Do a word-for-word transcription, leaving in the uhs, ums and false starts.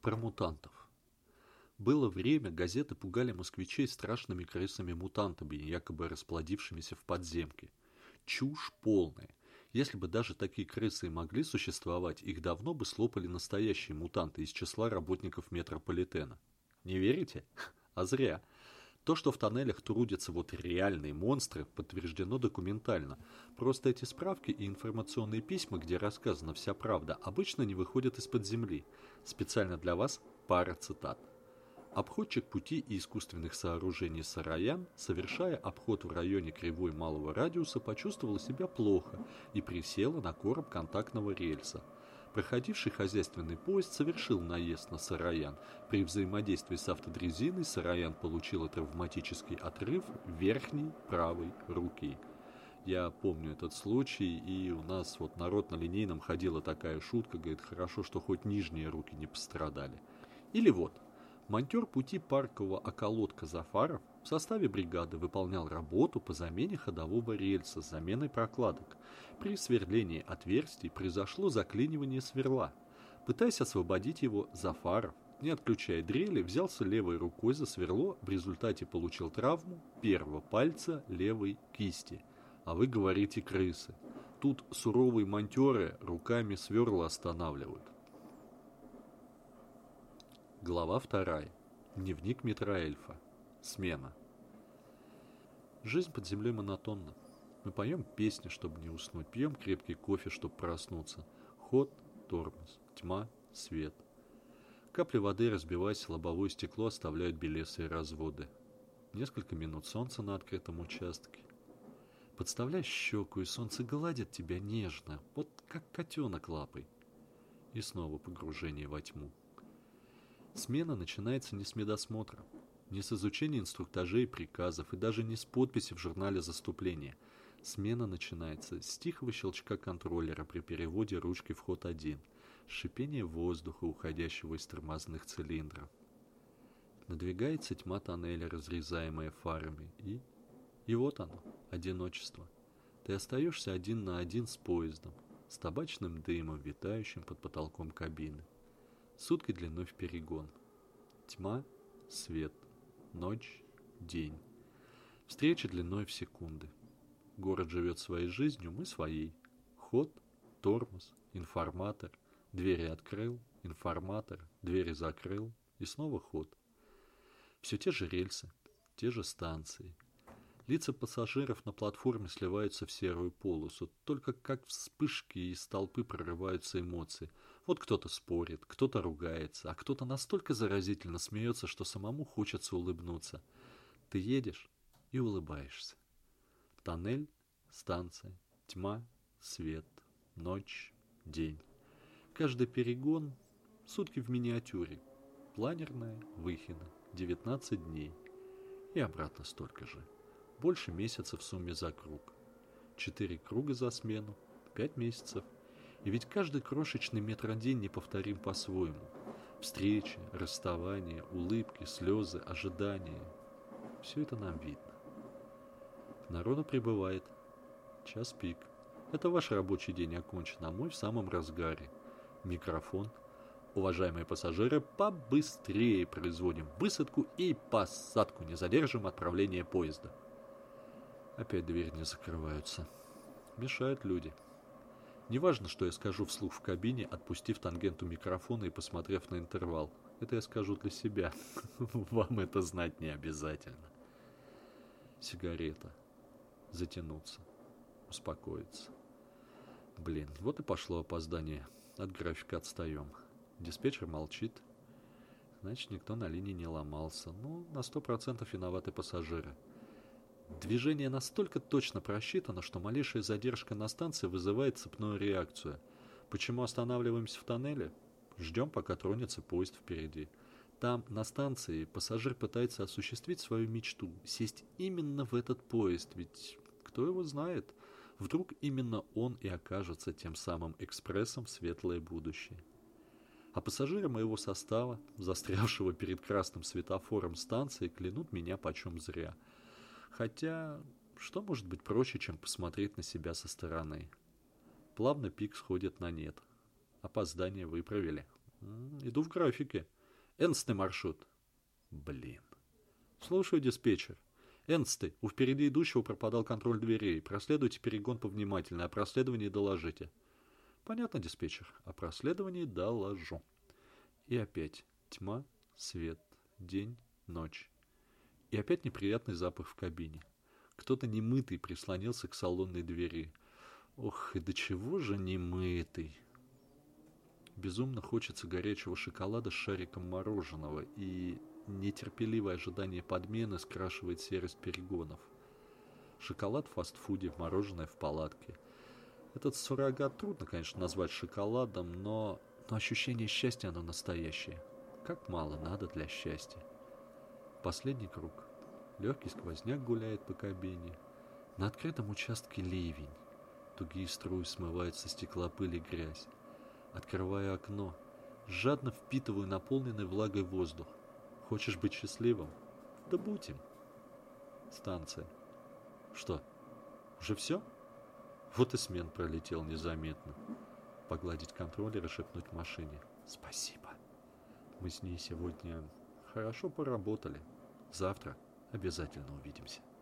Про мутантов. Было время, газеты пугали москвичей страшными крысами-мутантами, якобы расплодившимися в подземке. Чушь полная. Если бы даже такие крысы и могли существовать, их давно бы слопали настоящие мутанты из числа работников метрополитена. Не верите? А зря. То, что в тоннелях трудятся вот реальные монстры, подтверждено документально. Просто эти справки и информационные письма, где рассказана вся правда, обычно не выходят из-под земли. Специально для вас пара цитат. Обходчик пути и искусственных сооружений Сараян, совершая обход в районе кривой малого радиуса, почувствовала себя плохо и присела на короб контактного рельса. Проходивший хозяйственный поезд совершил наезд на Сараян. При взаимодействии с автодрезиной Сараян получила травматический отрыв верхней правой руки. Я помню этот случай, и у нас вот народ на линейном ходила такая шутка, говорит, хорошо, что хоть нижние руки не пострадали. Или вот. Монтер пути паркового околотка Зафаров в составе бригады выполнял работу по замене ходового рельса с заменой прокладок. При сверлении отверстий произошло заклинивание сверла. Пытаясь освободить его, Зафаров, не отключая дрели, взялся левой рукой за сверло, в результате получил травму первого пальца левой кисти. А вы говорите крысы. Тут суровые монтеры руками сверла останавливают. Глава вторая. Дневник Митроэльфа. Смена. Жизнь под землей монотонна. Мы поем песни, чтобы не уснуть, пьем крепкий кофе, чтобы проснуться. Ход, тормоз, тьма, свет. Капли воды, разбиваясь, лобовое стекло оставляют белесые разводы. Несколько минут солнца на открытом участке. Подставляй щеку, и солнце гладит тебя нежно, вот как котенок лапой. И снова погружение во тьму. Смена начинается не с медосмотра, не с изучения инструктажей и приказов, и даже не с подписи в журнале заступления. Смена начинается с тихого щелчка контроллера при переводе ручки в ход один, с шипения воздуха, уходящего из тормозных цилиндров. Надвигается тьма тоннеля, разрезаемая фарами, и... И вот оно, одиночество. Ты остаешься один на один с поездом, с табачным дымом, витающим под потолком кабины. Сутки длиной в перегон. Тьма, свет, ночь, день. Встреча длиной в секунды. Город живет своей жизнью, мы своей. Ход, тормоз, информатор. Двери открыл, информатор. Двери закрыл. И снова ход. Все те же рельсы, те же станции. Лица пассажиров на платформе сливаются в серую полосу. Только как вспышки из толпы прорываются эмоции. Вот кто-то спорит, кто-то ругается, а кто-то настолько заразительно смеется, что самому хочется улыбнуться. Ты едешь и улыбаешься. Тоннель, станция, тьма, свет, ночь, день. Каждый перегон — сутки в миниатюре. Планерная Выхино, девятнадцать дней. И обратно столько же. Больше месяца в сумме за круг. Четыре круга за смену, пять месяцев. И ведь каждый крошечный метродень неповторим по-своему. Встречи, расставания, улыбки, слезы, ожидания. Все это нам видно. Народу прибывает. Час пик. Это ваш рабочий день окончен, а мой в самом разгаре. Микрофон. Уважаемые пассажиры, побыстрее производим высадку и посадку. Не задержим отправление поезда. Опять двери не закрываются. Мешают люди. Неважно, что я скажу вслух в кабине, отпустив тангенту микрофона и посмотрев на интервал. Это я скажу для себя. Вам это знать не обязательно. Сигарета. Затянуться. Успокоиться. Блин, вот и пошло опоздание. От графика отстаем. Диспетчер молчит. Значит, никто на линии не ломался. Ну, на сто процентов виноваты пассажиры. Движение настолько точно просчитано, что малейшая задержка на станции вызывает цепную реакцию. Почему останавливаемся в тоннеле? Ждем, пока тронется поезд впереди. Там, на станции, пассажир пытается осуществить свою мечту, сесть именно в этот поезд, ведь кто его знает, вдруг именно он и окажется тем самым экспрессом в светлое будущее. А пассажиры моего состава, застрявшего перед красным светофором станции, клянут меня почем зря. Хотя, что может быть проще, чем посмотреть на себя со стороны? Плавно пик сходит на нет. Опоздание выправили. Иду в графике. Энстный маршрут. Блин. Слушаю, диспетчер. Энстый, у впереди идущего пропадал контроль дверей. Проследуйте перегон повнимательнее. О проследовании доложите. Понятно, диспетчер. О проследовании доложу. И опять тьма, свет, день, ночь. И опять неприятный запах в кабине. Кто-то немытый прислонился к салонной двери. Ох, и до чего же немытый. Безумно хочется горячего шоколада с шариком мороженого, и нетерпеливое ожидание подмены скрашивает серость перегонов. Шоколад в фастфуде, мороженое в палатке. Этот суррогат трудно, конечно, назвать шоколадом, но, но ощущение счастья оно настоящее. Как мало надо для счастья. Последний круг. Легкий сквозняк гуляет по кабине. На открытом участке ливень. Тугие струи смывают со стекла пыль и грязь. Открываю окно. Жадно впитываю наполненный влагой воздух. Хочешь быть счастливым? Да будь им. Станция. Что, уже все? Вот и смен пролетел незаметно. Погладить контроллер и шепнуть в машине. Спасибо. Мы с ней сегодня хорошо поработали. Завтра обязательно увидимся.